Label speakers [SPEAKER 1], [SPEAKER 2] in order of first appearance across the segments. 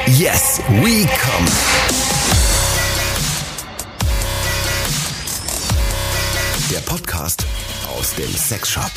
[SPEAKER 1] Yes, we come. Der Podcast aus dem Sexshop.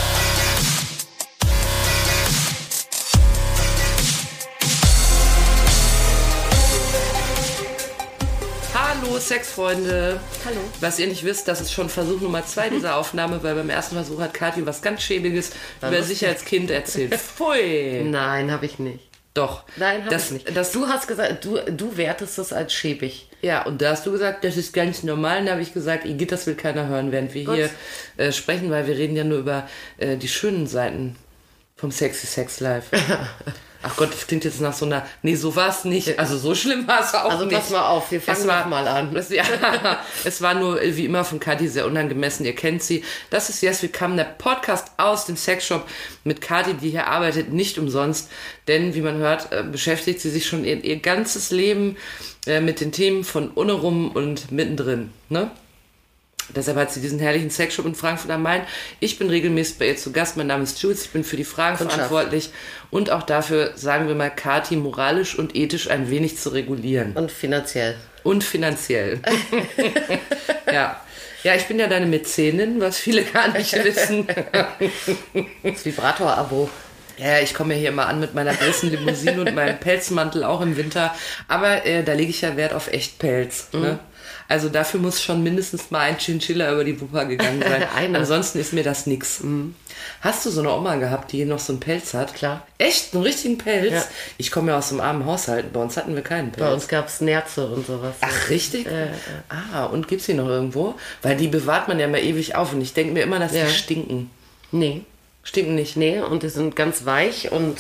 [SPEAKER 2] Hallo Sexfreunde.
[SPEAKER 3] Hallo.
[SPEAKER 2] Was ihr nicht wisst, das ist schon Versuch Nummer 2 dieser Aufnahme, weil beim ersten Versuch hat Kathi was ganz Schäbiges über sich als Kind erzählt. Pfui.
[SPEAKER 3] Nein, habe ich nicht.
[SPEAKER 2] Doch.
[SPEAKER 3] Nein, habe ich nicht. Du hast gesagt, du wertest es als schäbig.
[SPEAKER 2] Ja, und da hast du gesagt, das ist ganz normal. Und da habe ich gesagt, Igitt, das will keiner hören, während wir hier sprechen, weil wir reden ja nur über die schönen Seiten vom Sexy Sex Life. Ach Gott, das klingt jetzt nach so einer... Nee, so war es nicht. Also so schlimm war es auch nicht.
[SPEAKER 3] Also pass mal auf, wir fangen mal an.
[SPEAKER 2] Es war nur, wie immer, von Kathi sehr unangemessen. Ihr kennt sie. Das ist Yes, We Come, der Podcast aus dem Sexshop mit Kathi, die hier arbeitet, nicht umsonst. Denn, wie man hört, beschäftigt sie sich schon ihr ganzes Leben mit den Themen von ohne rum und mittendrin. Ne? Deshalb hat sie diesen herrlichen Sexshop in Frankfurt am Main. Ich bin regelmäßig bei ihr zu Gast. Mein Name ist Jules. Ich bin für die Fragen verantwortlich und auch dafür, sagen wir mal, Kathi moralisch und ethisch ein wenig zu regulieren.
[SPEAKER 3] Und finanziell.
[SPEAKER 2] Und finanziell. Ja. Ja, ich bin ja deine Mäzenin, was viele gar nicht wissen.
[SPEAKER 3] Das Vibrator-Abo.
[SPEAKER 2] Ja, ich komme ja hier immer an mit meiner großen Limousine und meinem Pelzmantel, auch im Winter. Aber da lege ich ja Wert auf Echtpelz. Ne? Also dafür muss schon mindestens mal ein Chinchilla über die Wupper gegangen sein. Ansonsten ist mir das nix. Hast du so eine Oma gehabt, die noch so einen Pelz hat?
[SPEAKER 3] Klar.
[SPEAKER 2] Echt? Einen richtigen Pelz?
[SPEAKER 3] Ja.
[SPEAKER 2] Ich komme ja aus einem armen Haushalt. Bei uns hatten wir keinen Pelz.
[SPEAKER 3] Bei uns gab es Nerze und sowas.
[SPEAKER 2] Ach, richtig? Und gibt's die noch irgendwo? Weil die bewahrt man ja mal ewig auf. Und ich denke mir immer, dass die stinken.
[SPEAKER 3] Nee.
[SPEAKER 2] Stinken nicht?
[SPEAKER 3] Nee, und die sind ganz weich und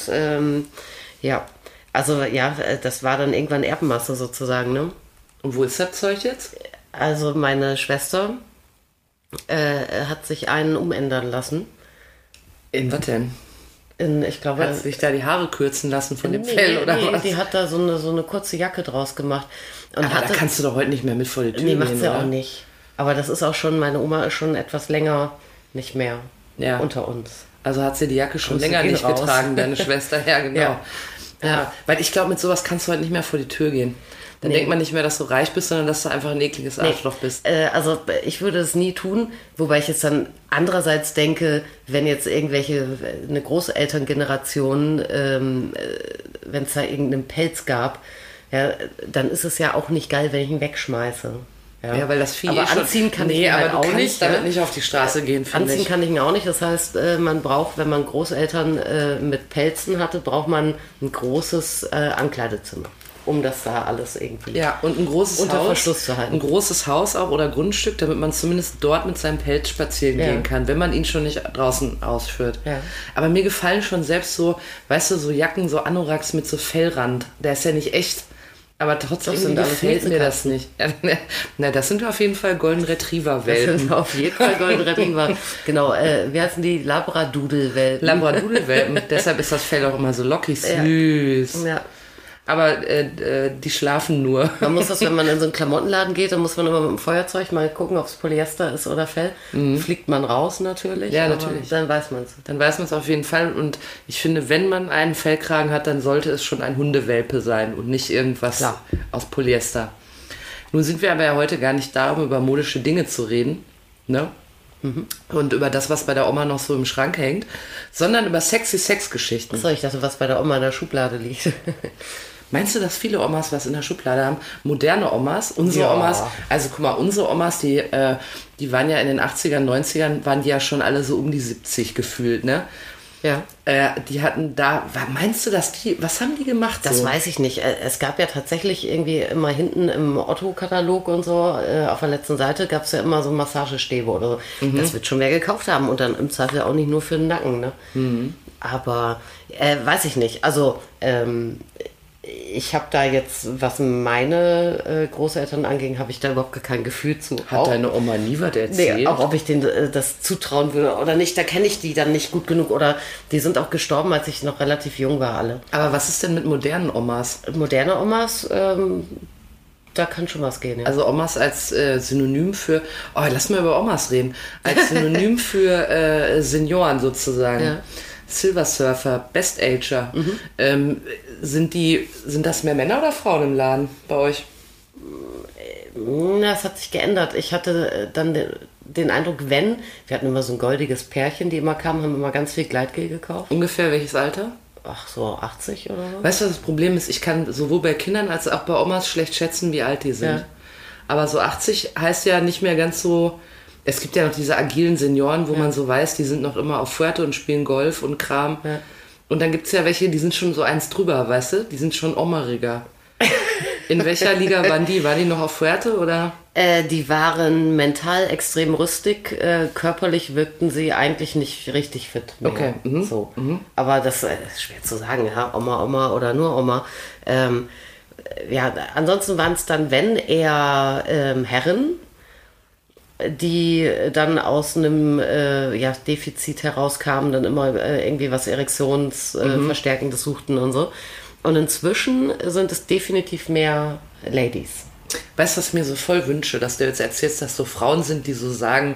[SPEAKER 3] das war dann irgendwann Erbmasse sozusagen, ne?
[SPEAKER 2] Und wo ist das Zeug jetzt?
[SPEAKER 3] Also meine Schwester hat sich einen umändern lassen.
[SPEAKER 2] In was denn?
[SPEAKER 3] Ich glaube,
[SPEAKER 2] hat sich da die Haare kürzen lassen von dem Fell oder was?
[SPEAKER 3] Die hat da so eine kurze Jacke draus gemacht. Und
[SPEAKER 2] aber da kannst du doch heute nicht mehr mit vor die Tür gehen,
[SPEAKER 3] nee, macht sie auch nicht. Aber das ist auch schon, meine Oma ist schon etwas länger nicht mehr unter uns.
[SPEAKER 2] Also hat sie die Jacke schon länger nicht getragen, deine Schwester. Ja, genau. Ja. Weil ich glaube, mit sowas kannst du heute nicht mehr vor die Tür gehen. Dann denkt man nicht mehr, dass du reich bist, sondern dass du einfach ein ekliges Arschloch bist.
[SPEAKER 3] Also ich würde es nie tun, wobei ich jetzt dann andererseits denke, wenn jetzt eine Großelterngeneration, wenn es da irgendeinen Pelz gab, dann ist es ja auch nicht geil, wenn ich ihn wegschmeiße.
[SPEAKER 2] Ja, weil das Vieh
[SPEAKER 3] aber anziehen kann ich ihn halt auch nicht.
[SPEAKER 2] Damit nicht auf die Straße gehen, finde ich.
[SPEAKER 3] Anziehen kann ich ihn auch nicht. Das heißt, man braucht, wenn man Großeltern mit Pelzen hatte, braucht man ein großes Ankleidezimmer, um das da alles irgendwie
[SPEAKER 2] und ein großes
[SPEAKER 3] unter
[SPEAKER 2] Haus,
[SPEAKER 3] Verschluss zu halten.
[SPEAKER 2] Ein großes Haus auch oder Grundstück, damit man zumindest dort mit seinem Pelz spazieren gehen kann, wenn man ihn schon nicht draußen ausführt. Ja. Aber mir gefallen schon selbst so, weißt du, so Jacken, so Anoraks mit so Fellrand. Der ist ja nicht echt. Aber trotzdem gefällt mir das nicht. Na, das sind auf jeden Fall Golden Retriever-Welpen.
[SPEAKER 3] Das sind auf jeden Fall Golden Retriever. Genau, wie heißen die? Labradoodle-Welpen.
[SPEAKER 2] Labradoodle-Welpen. Deshalb ist das Fell auch immer so lockig süß.
[SPEAKER 3] Ja.
[SPEAKER 2] Aber die schlafen nur.
[SPEAKER 3] Man muss das, wenn man in so einen Klamottenladen geht, dann muss man immer mit dem Feuerzeug mal gucken, ob es Polyester ist oder Fell. Fliegt man raus natürlich.
[SPEAKER 2] Ja, natürlich.
[SPEAKER 3] Dann weiß man es.
[SPEAKER 2] Dann weiß man es auf jeden Fall. Und ich finde, wenn man einen Fellkragen hat, dann sollte es schon ein Hundewelpe sein und nicht irgendwas aus Polyester. Nun sind wir aber ja heute gar nicht da, um über modische Dinge zu reden, ne? Und über das, was bei der Oma noch so im Schrank hängt, sondern über sexy Sexgeschichten.
[SPEAKER 3] Achso, ich dachte, was bei der Oma in der Schublade liegt.
[SPEAKER 2] Meinst du, dass viele Omas was in der Schublade haben? Moderne Omas, unsere Omas, also guck mal, unsere Omas, die waren ja in den 80ern, 90ern, waren die ja schon alle so um die 70 gefühlt, ne?
[SPEAKER 3] Ja.
[SPEAKER 2] Die hatten da, meinst du, was haben die gemacht?
[SPEAKER 3] Das weiß ich nicht. Es gab ja tatsächlich irgendwie immer hinten im Otto-Katalog und so, auf der letzten Seite gab es ja immer so Massagestäbe oder so. Das wird schon wer gekauft haben und dann im Zweifel auch nicht nur für den Nacken, ne? Aber weiß ich nicht. Also ich habe da jetzt, was meine Großeltern anging, habe ich da überhaupt kein Gefühl zu.
[SPEAKER 2] Hat deine Oma nie was erzählt?
[SPEAKER 3] Nee, auch ob ich denen das zutrauen würde oder nicht, da kenne ich die dann nicht gut genug. Oder die sind auch gestorben, als ich noch relativ jung war, alle.
[SPEAKER 2] Aber was ist denn mit modernen Omas?
[SPEAKER 3] Moderne Omas, da kann schon was gehen, ja.
[SPEAKER 2] Also Omas als Synonym für, lass mal über Omas reden, als Synonym für Senioren sozusagen. Silver Surfer, Best Ager. Sind das mehr Männer oder Frauen im Laden bei euch?
[SPEAKER 3] Das hat sich geändert. Ich hatte dann den Eindruck, wir hatten immer so ein goldiges Pärchen, die immer kamen, haben immer ganz viel Gleitgel gekauft.
[SPEAKER 2] Ungefähr welches Alter?
[SPEAKER 3] Ach, so 80 oder so.
[SPEAKER 2] Weißt du, was das Problem ist? Ich kann sowohl bei Kindern als auch bei Omas schlecht schätzen, wie alt die sind.
[SPEAKER 3] Ja.
[SPEAKER 2] Aber so 80 heißt ja nicht mehr ganz so... Es gibt ja noch diese agilen Senioren, wo man so weiß, die sind noch immer auf Fuerte und spielen Golf und Kram. Ja. Und dann gibt es ja welche, die sind schon so eins drüber, weißt du? Die sind schon omeriger. In welcher Liga waren die? Waren die noch auf Fuerte oder?
[SPEAKER 3] Die waren mental extrem rüstig. Körperlich wirkten sie eigentlich nicht richtig fit mehr.
[SPEAKER 2] Okay.
[SPEAKER 3] So. Aber das ist schwer zu sagen, ja. Oma oder nur Oma. Ja, ansonsten waren es dann, wenn eher Herren, die dann aus einem Defizit herauskamen, dann immer irgendwie was Erektionsverstärkendes suchten und so. Und inzwischen sind es definitiv mehr Ladies.
[SPEAKER 2] Weißt du, was ich mir so voll wünsche, dass du jetzt erzählst, dass so Frauen sind, die so sagen,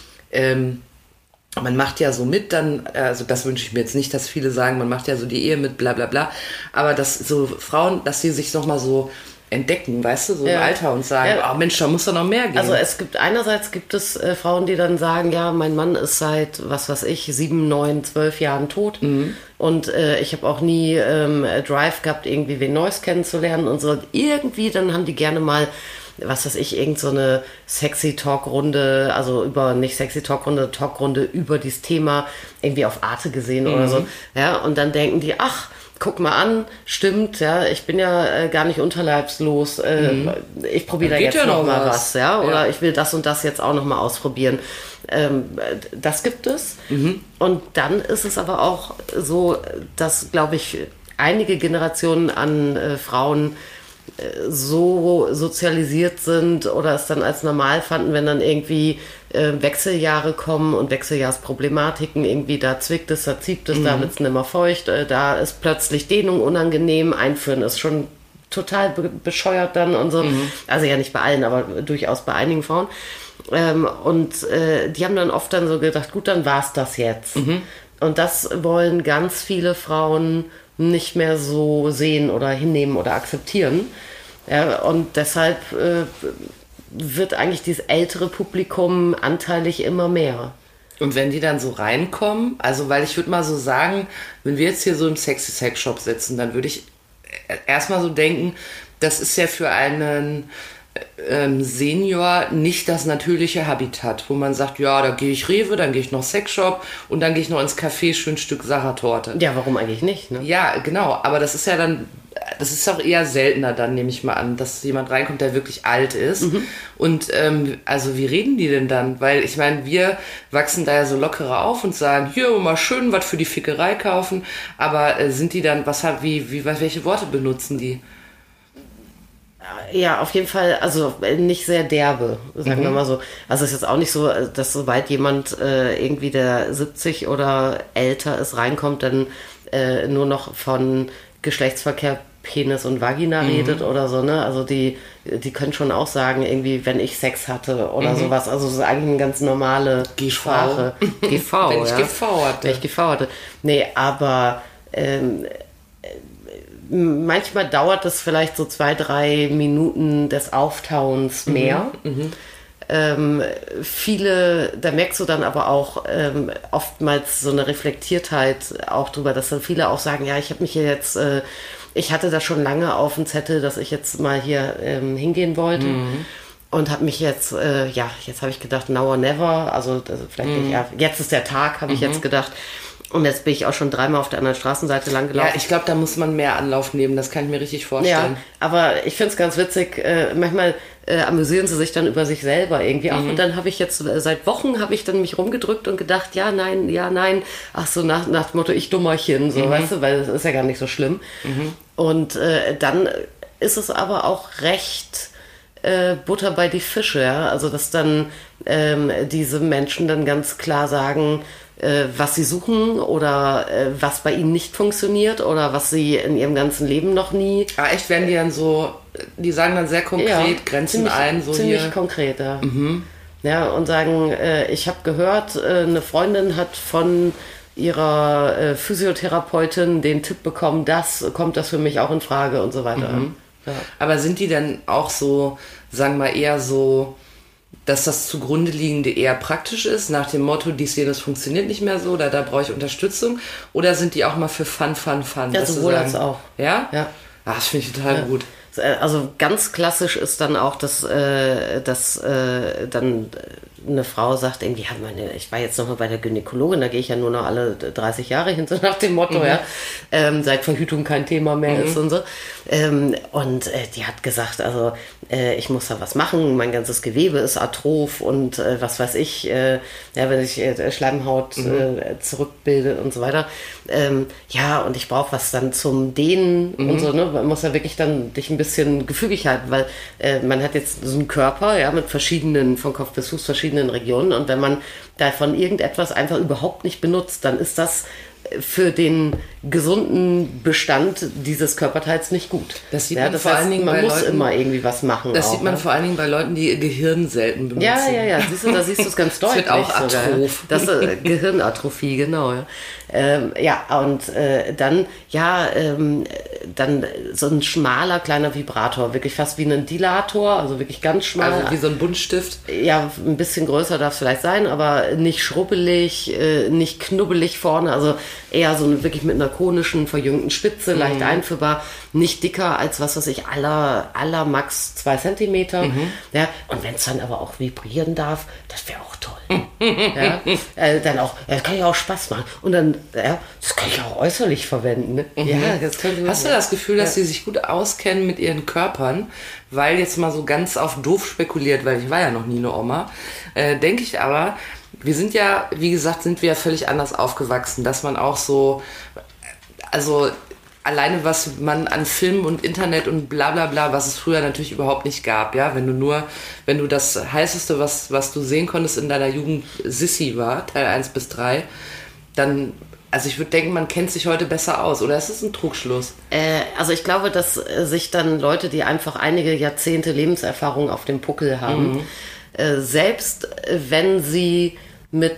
[SPEAKER 2] man macht ja so mit, dann, also das wünsche ich mir jetzt nicht, dass viele sagen, man macht ja so die Ehe mit, bla bla bla, aber dass so Frauen, dass sie sich nochmal so entdecken, weißt du, so im Alter und sagen, oh Mensch, da muss doch noch mehr gehen.
[SPEAKER 3] Also einerseits gibt es Frauen, die dann sagen, ja, mein Mann ist seit, was weiß ich, 7, 9, 12 Jahren tot und ich habe auch nie Drive gehabt, irgendwie wen Neues kennenzulernen und so. Irgendwie, dann haben die gerne mal, was weiß ich, irgend so eine Sexy-Talk-Runde, also nicht Sexy-Talk-Runde, Talk-Runde über dieses Thema irgendwie auf Arte gesehen oder so. Ja, und dann denken die, ach, guck mal an, stimmt, ja, ich bin ja gar nicht unterleibslos, ich probiere da jetzt noch mal was, ja, oder ich will das und das jetzt auch noch mal ausprobieren. Das gibt es. Und dann ist es aber auch so, dass, glaube ich, einige Generationen an Frauen so sozialisiert sind oder es dann als normal fanden, wenn dann irgendwie Wechseljahre kommen und Wechseljahrsproblematiken, irgendwie da zwickt es, da zieht es, da wird es nicht mehr feucht, da ist plötzlich Dehnung unangenehm, einführen ist schon total bescheuert dann und so. Also ja nicht bei allen, aber durchaus bei einigen Frauen. Und die haben dann oft dann so gedacht, gut, dann war's das jetzt. Und das wollen ganz viele Frauen nicht mehr so sehen oder hinnehmen oder akzeptieren. Ja, und deshalb wird eigentlich dieses ältere Publikum anteilig immer mehr.
[SPEAKER 2] Und wenn die dann so reinkommen, also weil ich würde mal so sagen, wenn wir jetzt hier so im Sexy Sex Shop sitzen, dann würde ich erstmal so denken, das ist ja für einen Senior nicht das natürliche Habitat, wo man sagt, ja, da gehe ich Rewe, dann gehe ich noch Sexshop und dann gehe ich noch ins Café, schön Stück Sachertorte.
[SPEAKER 3] Ja, warum eigentlich nicht? Ne?
[SPEAKER 2] Ja, genau, aber das ist ja dann, das ist auch eher seltener dann, nehme ich mal an, dass jemand reinkommt, der wirklich alt ist. Und also wie reden die denn dann? Weil ich meine, wir wachsen da ja so lockerer auf und sagen, hier mal schön was für die Fickerei kaufen, aber sind die dann, welche Worte benutzen die?
[SPEAKER 3] Ja, auf jeden Fall, also nicht sehr derbe, sagen wir mal so. Also es ist jetzt auch nicht so, dass sobald jemand irgendwie der 70 oder älter ist, reinkommt, dann nur noch von Geschlechtsverkehr, Penis und Vagina redet oder so, ne? Also die können schon auch sagen, irgendwie, wenn ich Sex hatte oder sowas. Also es ist eigentlich eine ganz normale Sprache. GV,
[SPEAKER 2] wenn ich GV hatte.
[SPEAKER 3] Wenn ich GV hatte. Nee, aber manchmal dauert es vielleicht so 2-3 Minuten des Auftauens mehr. Viele, da merkst du dann aber auch oftmals so eine Reflektiertheit auch drüber, dass dann viele auch sagen, ja, ich habe mich hier jetzt, ich hatte das schon lange auf dem Zettel, dass ich jetzt mal hier hingehen wollte. Und habe mich jetzt, jetzt habe ich gedacht, now or never, also vielleicht nicht, ja, jetzt ist der Tag, habe ich jetzt gedacht. Und jetzt bin ich auch schon 3-mal auf der anderen Straßenseite lang gelaufen.
[SPEAKER 2] Ja, ich glaube, da muss man mehr Anlauf nehmen, das kann ich mir richtig vorstellen.
[SPEAKER 3] Ja, aber ich finde es ganz witzig, manchmal amüsieren sie sich dann über sich selber irgendwie auch. Und dann habe ich jetzt, seit Wochen habe ich dann mich rumgedrückt und gedacht, ja, nein. Ach so, nach dem Motto, ich Dummerchen, so, weißt du, weil das ist ja gar nicht so schlimm. Und dann ist es aber auch recht Butter bei die Fische, ja. Also, dass dann diese Menschen dann ganz klar sagen, was sie suchen oder was bei ihnen nicht funktioniert oder was sie in ihrem ganzen Leben noch nie.
[SPEAKER 2] Ah, echt, werden die dann so, die sagen dann sehr konkret, Grenzen ein, so
[SPEAKER 3] ziemlich
[SPEAKER 2] hier.
[SPEAKER 3] Konkret, ja. Ja, und sagen, ich habe gehört, eine Freundin hat von ihrer Physiotherapeutin den Tipp bekommen, kommt das für mich auch in Frage und so weiter. Ja.
[SPEAKER 2] Aber sind die dann auch so, sagen wir mal, eher so, dass das zugrunde liegende eher praktisch ist, nach dem Motto, dies, jenes funktioniert nicht mehr so, oder da brauche ich Unterstützung? Oder sind die auch mal für Fun?
[SPEAKER 3] Ja, sowohl als auch.
[SPEAKER 2] Ja?
[SPEAKER 3] Ja.
[SPEAKER 2] Ach, das finde ich total gut.
[SPEAKER 3] Also ganz klassisch ist dann auch, dass dann eine Frau sagt, irgendwie, ja, ich war jetzt nochmal bei der Gynäkologin, da gehe ich ja nur noch alle 30 Jahre hin, so nach dem Motto, seit Verhütung kein Thema mehr ist und so. Und die hat gesagt, also ich muss da was machen, mein ganzes Gewebe ist atroph und was weiß ich, wenn ich Schleimhaut zurückbilde und so weiter. Ja, und ich brauche was dann zum Dehnen und so, ne? Man muss ja wirklich dann dich ein bisschen gefügig halten, weil man hat jetzt so einen Körper, ja, mit verschiedenen, von Kopf bis Fuß, verschiedenen Regionen, und wenn man davon irgendetwas einfach überhaupt nicht benutzt, dann ist das für den gesunden Bestand dieses Körperteils nicht gut.
[SPEAKER 2] Das sieht man vor allen Dingen
[SPEAKER 3] man
[SPEAKER 2] bei
[SPEAKER 3] muss
[SPEAKER 2] Leuten,
[SPEAKER 3] immer irgendwie was machen.
[SPEAKER 2] Das
[SPEAKER 3] auch,
[SPEAKER 2] sieht man vor allen Dingen bei Leuten, die ihr Gehirn selten benutzen.
[SPEAKER 3] Ja. Da siehst du es ganz deutlich.
[SPEAKER 2] Das wird auch atroph.
[SPEAKER 3] Das ist Gehirnatrophie, genau. Und dann so ein schmaler kleiner Vibrator, wirklich fast wie ein Dilator, also wirklich ganz schmal.
[SPEAKER 2] Also wie so ein Buntstift.
[SPEAKER 3] Ja, ein bisschen größer darf es vielleicht sein, aber nicht schrubbelig, nicht knubbelig vorne, also eher so wirklich mit einer konischen, verjüngten Spitze, leicht einführbar, nicht dicker als was weiß ich, aller max 2 Zentimeter. Ja, und wenn es dann aber auch vibrieren darf, das wäre auch toll. Dann auch, das kann ja auch Spaß machen. Und dann, das kann ich auch äußerlich verwenden. Ne? Ja, das
[SPEAKER 2] Hast du das Gefühl, dass sie sich gut auskennen mit ihren Körpern? Weil jetzt mal so ganz auf doof spekuliert, weil ich war ja noch nie eine Oma, denke ich aber, wir sind ja, wie gesagt, völlig anders aufgewachsen, dass man auch so, also alleine was man an Film und Internet und bla bla bla, was es früher natürlich überhaupt nicht gab, ja, wenn du das heißeste, was du sehen konntest in deiner Jugend Sissi war, Teil 1 bis 3, dann, also ich würde denken, man kennt sich heute besser aus, oder ist es ein Trugschluss?
[SPEAKER 3] Also ich glaube, dass sich dann Leute, die einfach einige Jahrzehnte Lebenserfahrung auf dem Puckel haben, selbst wenn sie mit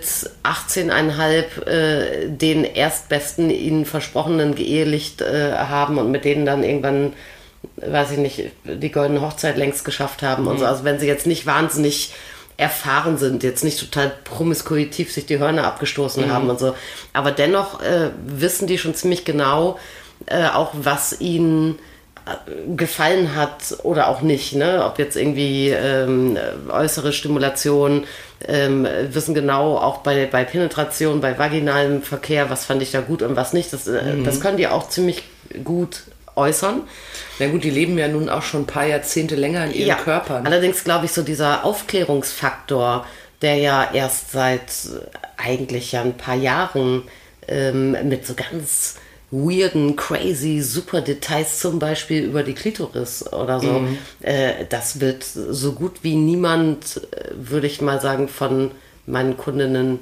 [SPEAKER 3] 18,5 den erstbesten ihnen versprochenen geehelicht haben und mit denen dann irgendwann, weiß ich nicht, die goldene Hochzeit längst geschafft haben und so. Also wenn sie jetzt nicht wahnsinnig erfahren sind, jetzt nicht total promiskuitiv sich die Hörner abgestoßen haben und so, aber dennoch wissen die schon ziemlich genau auch, was ihnen gefallen hat oder auch nicht, ne? Ob jetzt irgendwie äußere Stimulation, wissen genau auch bei Penetration, bei vaginalem Verkehr, was fand ich da gut und was nicht. Das können die auch ziemlich gut äußern.
[SPEAKER 2] Na gut, die leben ja nun auch schon ein paar Jahrzehnte länger in ihren Körpern.
[SPEAKER 3] Allerdings glaube ich, so dieser Aufklärungsfaktor, der ja erst seit eigentlich ja ein paar Jahren mit so ganz weirden, crazy, super Details, zum Beispiel über die Klitoris oder so. Das wird so gut wie niemand, würde ich mal sagen, von meinen Kundinnen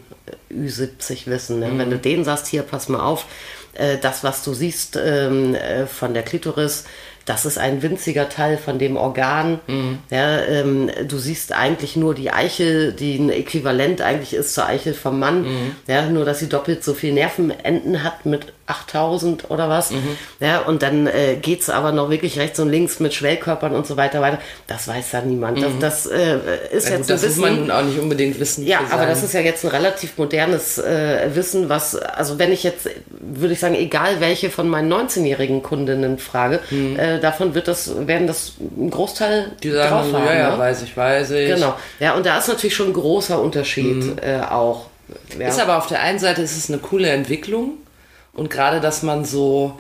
[SPEAKER 3] Ü70 wissen. Ne? Wenn du denen sagst, hier, pass mal auf, das, was du siehst von der Klitoris, das ist ein winziger Teil von dem Organ. Ja, du siehst eigentlich nur die Eichel, die ein Äquivalent eigentlich ist zur Eichel vom Mann. Ja, nur, dass sie doppelt so viel Nervenenden hat mit 8000 oder was. Ja, und dann geht's aber noch wirklich rechts und links mit Schwellkörpern und so weiter. Das weiß ja niemand. Das ist
[SPEAKER 2] ja, gut,
[SPEAKER 3] jetzt ein bisschen...
[SPEAKER 2] Das muss man nun auch nicht unbedingt wissen.
[SPEAKER 3] Ja, aber das ist ja jetzt ein relativ modernes Wissen, was, also wenn ich jetzt, würde ich sagen, egal welche von meinen 19-jährigen Kundinnen frage, davon werden das ein Großteil
[SPEAKER 2] die sagen
[SPEAKER 3] drauf
[SPEAKER 2] so,
[SPEAKER 3] haben.
[SPEAKER 2] ja,
[SPEAKER 3] ne?
[SPEAKER 2] weiß ich.
[SPEAKER 3] Genau. Ja, und da ist natürlich schon ein großer Unterschied auch. Ja.
[SPEAKER 2] Ist aber auf der einen Seite ist es eine coole Entwicklung und gerade, dass man so,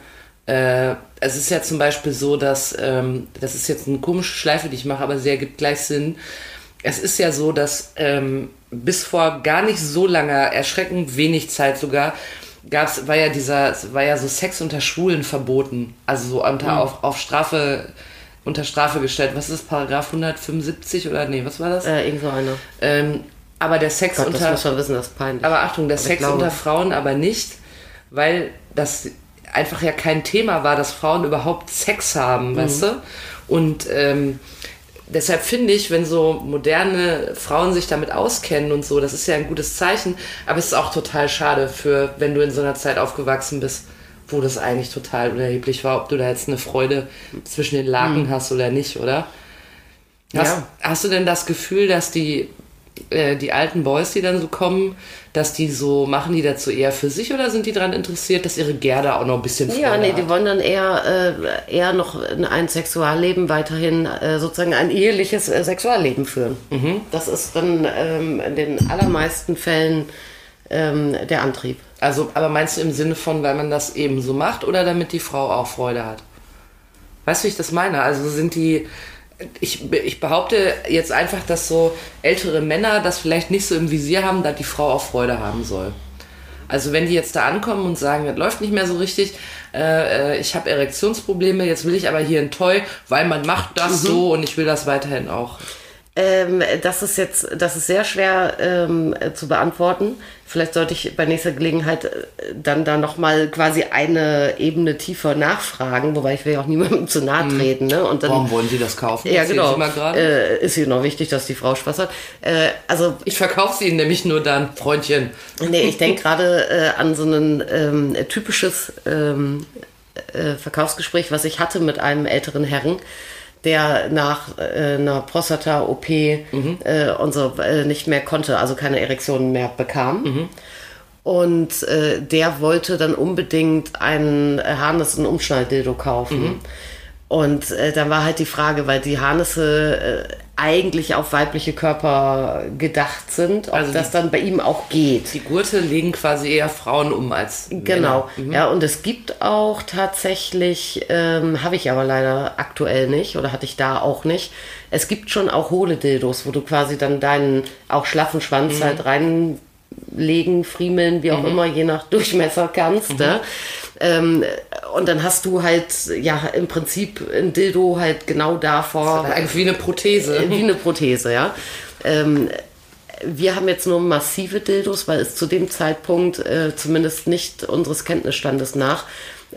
[SPEAKER 2] es ist ja zum Beispiel so, dass, das ist jetzt eine komische Schleife, die ich mache, aber sie ergibt gleich Sinn. Es ist ja so, dass bis vor gar nicht so langer, erschreckend wenig Zeit sogar, war ja so Sex unter Schwulen verboten. Also so auf Strafe, unter Strafe gestellt. Was ist das, Paragraph 175 oder nee, was war das?
[SPEAKER 3] Irgend so einer.
[SPEAKER 2] Aber der Sex
[SPEAKER 3] Gott,
[SPEAKER 2] unter...
[SPEAKER 3] das muss man wissen, das ist peinlich.
[SPEAKER 2] Aber Achtung, der Sex unter Frauen aber nicht, weil das einfach ja kein Thema war, dass Frauen überhaupt Sex haben, weißt du? Und deshalb finde ich, wenn so moderne Frauen sich damit auskennen und so, das ist ja ein gutes Zeichen, aber es ist auch total schade wenn du in so einer Zeit aufgewachsen bist, wo das eigentlich total unerheblich war, ob du da jetzt eine Freude zwischen den Laken hast oder nicht, oder? Hast du denn das Gefühl, dass die alten Boys, die dann so kommen, dass die so, machen die dazu eher für sich oder sind die daran interessiert, dass ihre Gerda auch noch ein bisschen Freude hat?
[SPEAKER 3] Die wollen dann eher noch ein Sexualleben weiterhin, sozusagen ein eheliches Sexualleben führen. Das ist dann in den allermeisten Fällen der Antrieb.
[SPEAKER 2] Also, aber meinst du im Sinne von, weil man das eben so macht oder damit die Frau auch Freude hat? Weißt du, wie ich das meine? Also sind die... Ich behaupte jetzt einfach, dass so ältere Männer das vielleicht nicht so im Visier haben, dass die Frau auch Freude haben soll. Also wenn die jetzt da ankommen und sagen, das läuft nicht mehr so richtig, ich habe Erektionsprobleme, jetzt will ich aber hier ein Toy, weil man macht das so und ich will das weiterhin auch.
[SPEAKER 3] Das ist sehr schwer zu beantworten. Vielleicht sollte ich bei nächster Gelegenheit dann da nochmal quasi eine Ebene tiefer nachfragen, wobei ich will ja auch niemandem zu nahe treten. Ne? Und dann,
[SPEAKER 2] warum wollen Sie das kaufen?
[SPEAKER 3] Ja, genau. Ist hier noch wichtig, dass die Frau Spaß hat.
[SPEAKER 2] Ich verkaufe sie Ihnen nämlich nur dann, Freundchen.
[SPEAKER 3] Nee, ich denke gerade an so ein typisches Verkaufsgespräch, was ich hatte mit einem älteren Herrn, der nach einer Prostata-OP und so nicht mehr konnte, also keine Erektionen mehr bekam. Und der wollte dann unbedingt einen Harness- und Umschnalldildo kaufen. Und dann war halt die Frage, weil die Harnisse eigentlich auf weibliche Körper gedacht sind, ob also das dann bei ihm auch geht.
[SPEAKER 2] Die Gurte legen quasi eher Frauen um als Männer.
[SPEAKER 3] Genau, ja, und es gibt auch tatsächlich, habe ich aber leider aktuell nicht oder hatte ich da auch nicht, es gibt schon auch hohle Dildos, wo du quasi dann deinen auch schlaffen Schwanz halt reinlegen, friemeln, wie auch immer, je nach Durchmesser kannst, ne? Und dann hast du halt, ja, im Prinzip ein Dildo halt genau davor.
[SPEAKER 2] Das ist eigentlich wie eine Prothese.
[SPEAKER 3] Wie eine Prothese, ja. Wir haben jetzt nur massive Dildos, weil es zu dem Zeitpunkt zumindest nicht unseres Kenntnisstandes nach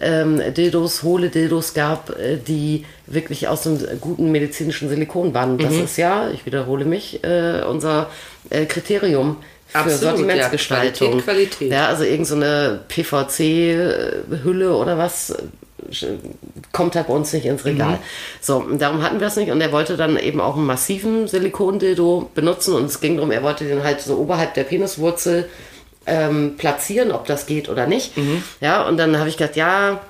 [SPEAKER 3] hohle Dildos gab, die wirklich aus einem guten medizinischen Silikon waren. Das ist ja, ich wiederhole mich, unser Kriterium für Sortimentsgestaltung.
[SPEAKER 2] Ja, Qualität.
[SPEAKER 3] Ja, also irgend so eine PVC-Hülle oder was kommt halt bei uns nicht ins Regal. So, und darum hatten wir es nicht und er wollte dann eben auch einen massiven Silikondildo benutzen und es ging darum, er wollte den halt so oberhalb der Peniswurzel platzieren, ob das geht oder nicht. Ja, und dann habe ich gedacht, ja,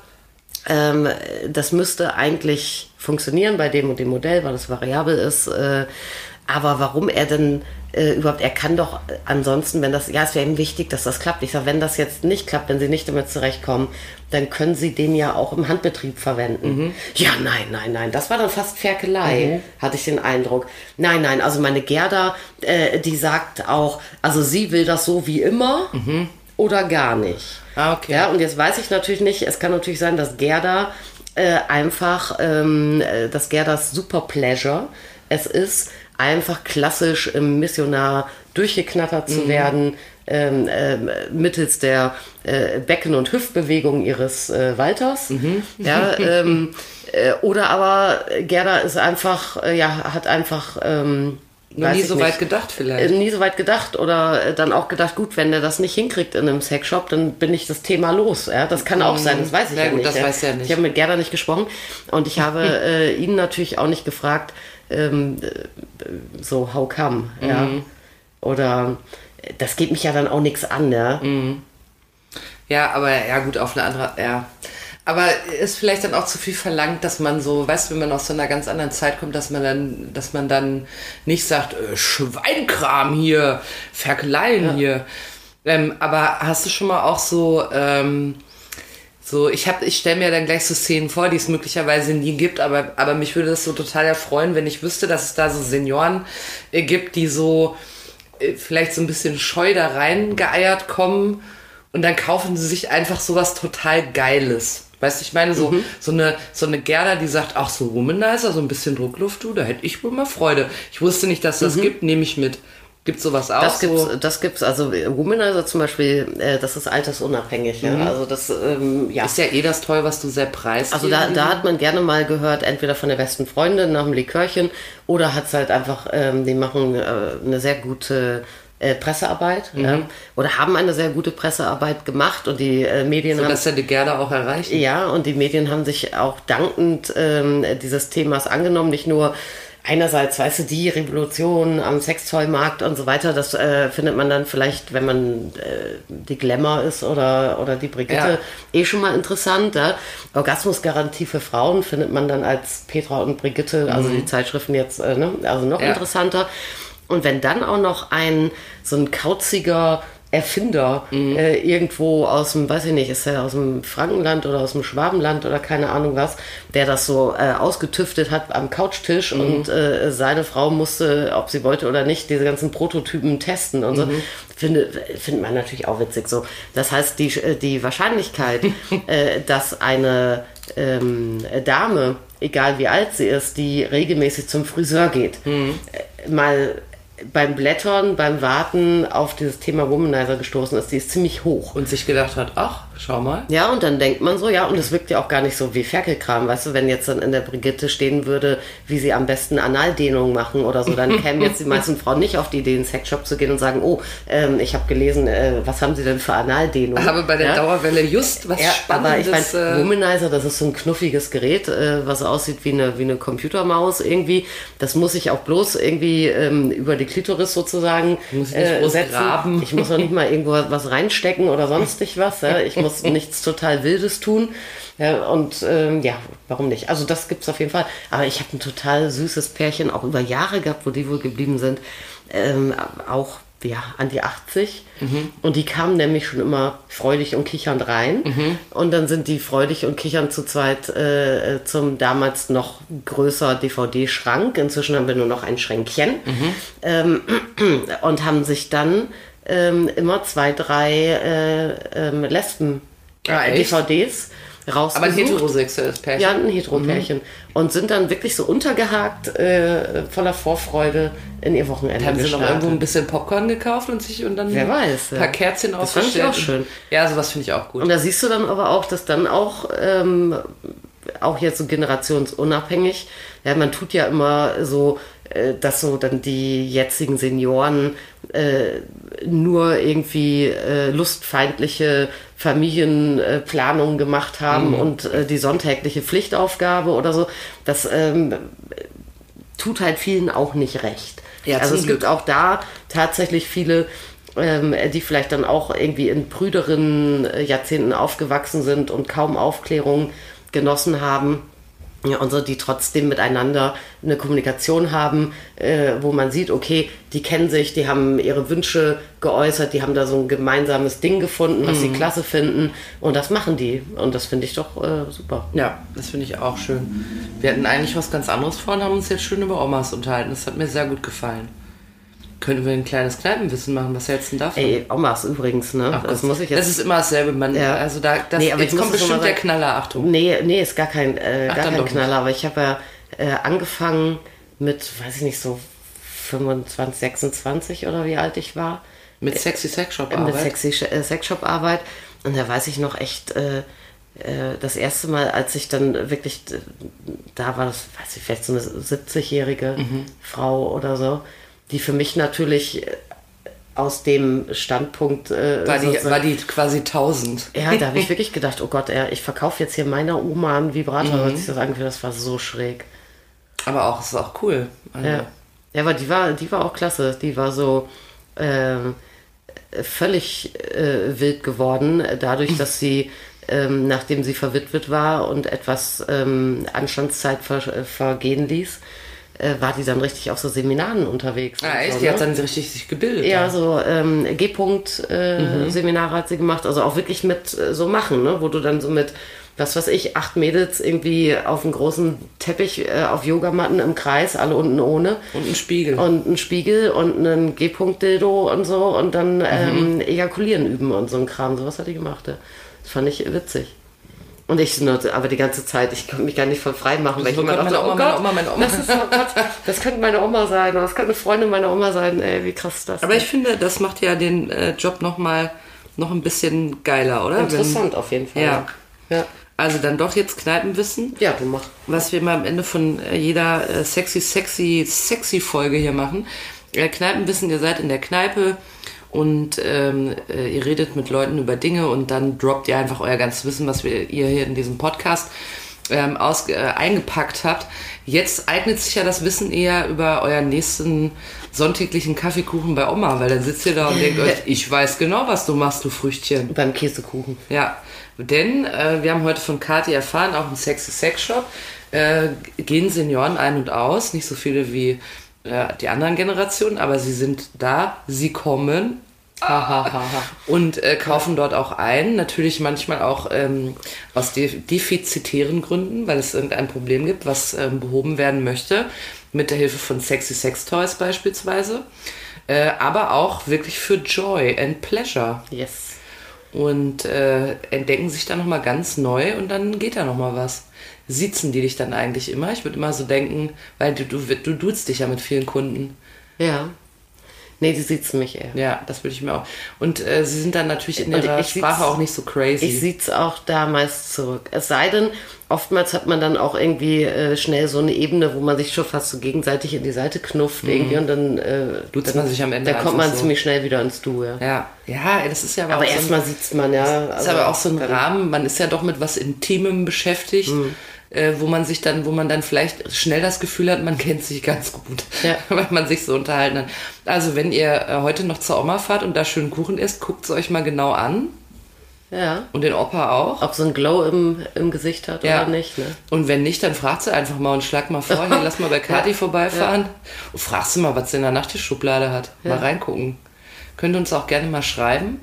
[SPEAKER 3] das müsste eigentlich funktionieren bei dem und dem Modell, weil es variabel ist. Aber warum er denn überhaupt, er kann doch ansonsten, wenn das, ja, es wäre ihm wichtig, dass das klappt. Ich sage, wenn das jetzt nicht klappt, wenn Sie nicht damit zurechtkommen, dann können Sie den ja auch im Handbetrieb verwenden. Ja, nein, das war dann fast Ferkelei, hatte ich den Eindruck. Nein, also meine Gerda, die sagt auch, also sie will das so wie immer oder gar nicht.
[SPEAKER 2] Ah, okay.
[SPEAKER 3] Ja, und jetzt weiß ich natürlich nicht, es kann natürlich sein, dass Gerda dass Gerdas Super Pleasure es ist, einfach klassisch im Missionar durchgeknattert zu werden, mittels der Becken- und Hüftbewegung ihres Walters. Ja, oder aber Gerda ist einfach, hat einfach
[SPEAKER 2] nie so weit gedacht vielleicht.
[SPEAKER 3] Nie so weit gedacht oder dann auch gedacht, gut, wenn der das nicht hinkriegt in einem Sexshop, dann bin ich das Thema los. Ja? Das kann auch sein, das weiß ich ja
[SPEAKER 2] gut,
[SPEAKER 3] nicht.
[SPEAKER 2] Das weiß ja nicht.
[SPEAKER 3] Ich habe mit Gerda nicht gesprochen und ich habe ihn natürlich auch nicht gefragt, so, how come? Ja? Oder das geht mich ja dann auch nichts an, ja.
[SPEAKER 2] Ja, aber ja gut, auf eine andere, ja. Aber ist vielleicht dann auch zu viel verlangt, dass man so, weißt du, wenn man aus so einer ganz anderen Zeit kommt, dass man dann nicht sagt, Schweinkram hier, Ferkeleien hier. Aber hast du schon mal auch so, ich stelle mir dann gleich so Szenen vor, die es möglicherweise nie gibt, aber mich würde das so total erfreuen, wenn ich wüsste, dass es da so Senioren gibt, die so vielleicht so ein bisschen scheu da reingeeiert kommen und dann kaufen sie sich einfach sowas total Geiles. Weißt du, ich meine, so eine Gerda, die sagt, ach so Womanizer, so ein bisschen Druckluft, du, da hätte ich wohl mal Freude. Ich wusste nicht, dass das gibt, nehme ich mit. Gibt sowas auch?
[SPEAKER 3] Das gibt's. Also Womanizer zum Beispiel, das ist altersunabhängig. Ja? Also das,
[SPEAKER 2] Ist ja das toll, was du sehr preisgibst.
[SPEAKER 3] Also da hat man gerne mal gehört, entweder von der besten Freundin nach dem Likörchen oder hat es halt einfach, die machen eine sehr gute Pressearbeit oder haben eine sehr gute Pressearbeit gemacht und die Medien
[SPEAKER 2] haben... So, dass die gerne auch erreichen.
[SPEAKER 3] Ja, und die Medien haben sich auch dankend dieses Themas angenommen, nicht nur einerseits, weißt du, die Revolution am Sextoy-Markt und so weiter, das findet man dann vielleicht, wenn man die Glamour ist oder die Brigitte, schon mal interessant. Ja? Orgasmusgarantie für Frauen findet man dann als Petra und Brigitte, also die Zeitschriften jetzt, also noch interessanter. Und wenn dann auch noch so ein kauziger Erfinder irgendwo aus dem, weiß ich nicht, ist er aus dem Frankenland oder aus dem Schwabenland oder keine Ahnung was, der das so ausgetüftet hat am Couchtisch und seine Frau musste, ob sie wollte oder nicht, diese ganzen Prototypen testen und so. Findet man natürlich auch witzig so. Das heißt, die Wahrscheinlichkeit, dass eine Dame, egal wie alt sie ist, die regelmäßig zum Friseur geht, mal beim Blättern, beim Warten auf dieses Thema Womanizer gestoßen ist, die ist ziemlich hoch.
[SPEAKER 2] Und sich gedacht hat, ach, schau mal.
[SPEAKER 3] Ja, und dann denkt man so, ja, und es wirkt ja auch gar nicht so wie Ferkelkram, weißt du, wenn jetzt dann in der Brigitte stehen würde, wie sie am besten Analdehnung machen oder so, dann kämen jetzt die meisten Frauen nicht auf die Idee, in den Sexshop zu gehen und sagen, oh, ich habe gelesen, was haben sie denn für Analdehnung?
[SPEAKER 2] Aber bei der Dauerwelle just was Spannendes.
[SPEAKER 3] Aber ich meine, Womanizer, das ist so ein knuffiges Gerät, was aussieht wie eine Computermaus irgendwie. Das muss ich auch bloß irgendwie über die Klitoris sozusagen setzen. Graben. Ich muss auch nicht mal irgendwo was reinstecken oder sonstig was. Ja. Ich muss nichts total Wildes tun. Ja, und warum nicht? Also das gibt's auf jeden Fall. Aber ich habe ein total süßes Pärchen auch über Jahre gehabt, wo die wohl geblieben sind. Auch an die 80. Und die kamen nämlich schon immer freudig und kichernd rein. Und dann sind die freudig und kichernd zu zweit zum damals noch größer DVD-Schrank. Inzwischen haben wir nur noch ein Schränkchen. Und haben sich dann immer 2, 3 Lesben-DVDs rausgesucht.
[SPEAKER 2] Aber ein heterosexuelles Pärchen.
[SPEAKER 3] Ja, ein Hetero-Pärchen. Und sind dann wirklich so untergehakt, voller Vorfreude in ihr Wochenende
[SPEAKER 2] haben
[SPEAKER 3] gestartet.
[SPEAKER 2] Sie noch irgendwo ein bisschen Popcorn gekauft und dann
[SPEAKER 3] wer weiß,
[SPEAKER 2] ein paar Kerzchen aufgestellt.
[SPEAKER 3] Das fand ich auch schön.
[SPEAKER 2] Ja, sowas finde ich auch gut.
[SPEAKER 3] Und da siehst du dann aber auch, dass dann auch jetzt so generationsunabhängig, ja, man tut ja immer so, dass so dann die jetzigen Senioren nur irgendwie lustfeindliche Familienplanungen gemacht haben und die sonntägliche Pflichtaufgabe oder so. Das tut halt vielen auch nicht recht.
[SPEAKER 2] Ja,
[SPEAKER 3] also es gibt auch da tatsächlich viele, die vielleicht dann auch irgendwie in prüderen Jahrzehnten aufgewachsen sind und kaum Aufklärung genossen haben. Ja, und so, die trotzdem miteinander eine Kommunikation haben, wo man sieht, okay, die kennen sich, die haben ihre Wünsche geäußert, die haben da so ein gemeinsames Ding gefunden, was sie klasse finden und das machen die und das finde ich doch super.
[SPEAKER 2] Ja, das finde ich auch schön. Wir hatten eigentlich was ganz anderes vor und haben uns jetzt schön über Omas unterhalten. Das hat mir sehr gut gefallen. Können wir ein kleines Kneipenwissen machen? Was hältst du denn davon?
[SPEAKER 3] Ey, Omas übrigens, ne?
[SPEAKER 2] Ach, das muss ich jetzt... Das ist immer dasselbe. Also jetzt kommt bestimmt der Knaller, Achtung.
[SPEAKER 3] Nee, ist gar kein Knaller. Aber ich habe ja angefangen mit, weiß ich nicht, so 25, 26 oder wie alt ich war.
[SPEAKER 2] Mit Sexy Sexshop-Arbeit?
[SPEAKER 3] Mit Sexy Sexshop-Arbeit. Und da weiß ich noch echt... das erste Mal, als ich dann wirklich, da war das, weiß ich, vielleicht so eine 70-jährige Frau oder so, die für mich natürlich aus dem Standpunkt...
[SPEAKER 2] war die quasi 1000.
[SPEAKER 3] Ja, da habe ich wirklich gedacht, oh Gott, ich verkaufe jetzt hier meiner Oma einen Vibrator, als ich das angefühlt, das war so schräg.
[SPEAKER 2] Aber auch, ist auch cool. Also.
[SPEAKER 3] Ja, aber die war auch klasse. Die war so völlig wild geworden, dadurch, dass sie, nachdem sie verwitwet war und etwas Anstandszeit vergehen ließ, war die dann richtig auf so Seminaren unterwegs.
[SPEAKER 2] Ah, echt?
[SPEAKER 3] So,
[SPEAKER 2] die hat dann richtig sich gebildet.
[SPEAKER 3] Ja, so G-Punkt-Seminare hat sie gemacht. Also auch wirklich mit so machen, ne? Wo du dann so mit, was weiß ich, 8 Mädels irgendwie auf einem großen Teppich auf Yogamatten im Kreis, alle unten ohne.
[SPEAKER 2] Und ein Spiegel.
[SPEAKER 3] Und ein Spiegel und einen G-Punkt-Dildo und so und dann ejakulieren üben und so ein Kram. Sowas hat die gemacht, ja. Das fand ich witzig. Und ich nur, aber die ganze Zeit, ich konnte mich gar nicht von frei machen, weil ich immer dachte,
[SPEAKER 2] meine Oma.
[SPEAKER 3] Das könnte meine Oma sein oder das könnte eine Freundin meiner Oma sein. Ey, wie krass ist das?
[SPEAKER 2] Aber ich finde, das macht ja den Job noch ein bisschen geiler, oder?
[SPEAKER 3] Interessant auf jeden Fall.
[SPEAKER 2] Ja.
[SPEAKER 3] Ja.
[SPEAKER 2] Also dann doch jetzt Kneipenwissen.
[SPEAKER 3] Ja, du mach.
[SPEAKER 2] Was wir mal am Ende von jeder sexy Folge hier machen. Kneipenwissen, ihr seid in der Kneipe und ihr redet mit Leuten über Dinge und dann droppt ihr einfach euer ganzes Wissen, was ihr hier in diesem Podcast eingepackt habt. Jetzt eignet sich ja das Wissen eher über euren nächsten sonntäglichen Kaffeekuchen bei Oma, weil dann sitzt ihr da und denkt euch, ich weiß genau, was du machst, du Früchtchen.
[SPEAKER 3] Beim Käsekuchen.
[SPEAKER 2] Ja, denn wir haben heute von Kathi erfahren, auch im Sexy Sex Shop gehen Senioren ein und aus, nicht so viele wie die anderen Generationen, aber sie sind da, sie kommen und kaufen dort auch ein. Natürlich manchmal auch aus defizitären Gründen, weil es irgendein Problem gibt, was behoben werden möchte, mit der Hilfe von Sexy Sex Toys beispielsweise, aber auch wirklich für Joy and Pleasure.
[SPEAKER 3] Yes.
[SPEAKER 2] Und entdecken sich da nochmal ganz neu und dann geht da nochmal was. Siezen die dich dann eigentlich immer? Ich würde immer so denken, weil du duzt dich ja mit vielen Kunden.
[SPEAKER 3] Ja. Nee, die siezen mich eher.
[SPEAKER 2] Ja, das würde ich mir auch. Und sie sind dann natürlich in ihrer Sprache auch nicht so crazy.
[SPEAKER 3] Ich sieze auch da meist zurück. Es sei denn, oftmals hat man dann auch irgendwie schnell so eine Ebene, wo man sich schon fast so gegenseitig in die Seite knufft irgendwie und dann
[SPEAKER 2] duzt man sich am Ende.
[SPEAKER 3] Dann kommt man
[SPEAKER 2] so
[SPEAKER 3] ziemlich schnell wieder ins Du, ja.
[SPEAKER 2] Ja, das ist ja
[SPEAKER 3] aber
[SPEAKER 2] auch
[SPEAKER 3] erstmal siezt man, ja.
[SPEAKER 2] Das ist aber auch so ein Rahmen, man ist ja doch mit was Intimem beschäftigt. Wo man dann vielleicht schnell das Gefühl hat, man kennt sich ganz gut, weil man sich so unterhalten hat. Also wenn ihr heute noch zur Oma fahrt und da schön Kuchen isst, guckt es euch mal genau an.
[SPEAKER 3] Ja.
[SPEAKER 2] Und den Opa auch.
[SPEAKER 3] Ob so ein Glow im Gesicht hat oder nicht. Ne?
[SPEAKER 2] Und wenn nicht, dann fragt sie einfach mal und schlag mal vor, hier, lass mal bei Kathi vorbeifahren. Und fragst du mal, was sie in der Nachttischschublade hat. Mal reingucken. Könnt ihr uns auch gerne mal schreiben.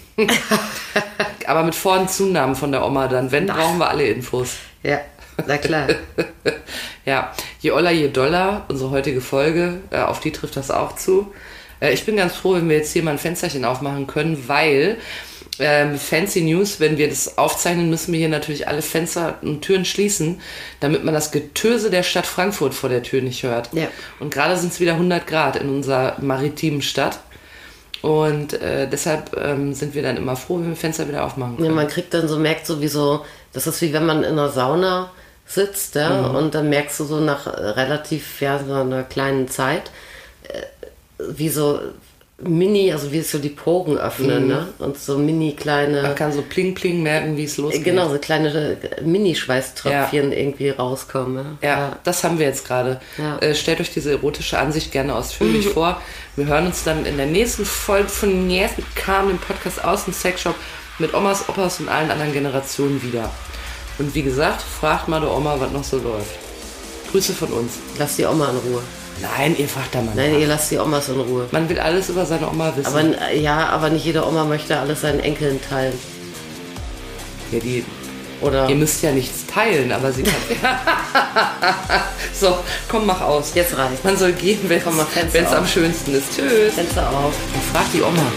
[SPEAKER 2] Aber mit Vor- und Zunamen von der Oma dann. Wenn, brauchen wir alle Infos.
[SPEAKER 3] Ja. Na klar.
[SPEAKER 2] Ja, je Oller, je Dollar, unsere heutige Folge, auf die trifft das auch zu. Ich bin ganz froh, wenn wir jetzt hier mal ein Fensterchen aufmachen können, weil Fancy News, wenn wir das aufzeichnen, müssen wir hier natürlich alle Fenster und Türen schließen, damit man das Getöse der Stadt Frankfurt vor der Tür nicht hört. Ja. Und gerade sind es wieder 100 Grad in unserer maritimen Stadt. Und deshalb sind wir dann immer froh, wenn wir Fenster wieder aufmachen können.
[SPEAKER 3] Ja, man kriegt dann so, merkt sowieso, das ist wie wenn man in einer Sauna sitzt, ja, und dann merkst du so nach relativ, so einer kleinen Zeit, wie so also wie so die Poren öffnen, ne? Und so kleine...
[SPEAKER 2] Man kann so pling pling merken, wie es losgeht.
[SPEAKER 3] Genau, so kleine Mini-Schweißtröpfchen irgendwie rauskommen.
[SPEAKER 2] Ja, das haben wir jetzt gerade. Ja. Stellt euch diese erotische Ansicht gerne ausführlich vor. Wir hören uns dann in der nächsten Folge von Yes mit Carmen, dem Podcast aus dem Sexshop, mit Omas, Opas und allen anderen Generationen wieder. Und wie gesagt, fragt mal der Oma, was noch so läuft. Grüße von uns.
[SPEAKER 3] Lass die Oma in Ruhe.
[SPEAKER 2] Nein, ihr fragt da mal.
[SPEAKER 3] Nein, ihr lasst die Omas in Ruhe.
[SPEAKER 2] Man will alles über seine Oma wissen.
[SPEAKER 3] Aber nicht jede Oma möchte alles seinen Enkeln teilen.
[SPEAKER 2] Ja, ihr müsst ja nichts teilen, aber sie kann... So, komm, mach aus.
[SPEAKER 3] Jetzt reicht.
[SPEAKER 2] Man soll gehen, wenn es am schönsten ist. Tschüss.
[SPEAKER 3] Fenster auf.
[SPEAKER 2] Und frag die Oma.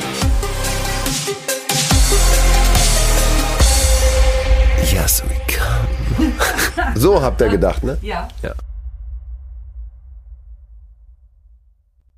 [SPEAKER 1] Yes, we come. So habt ihr gedacht, ne?
[SPEAKER 2] Ja.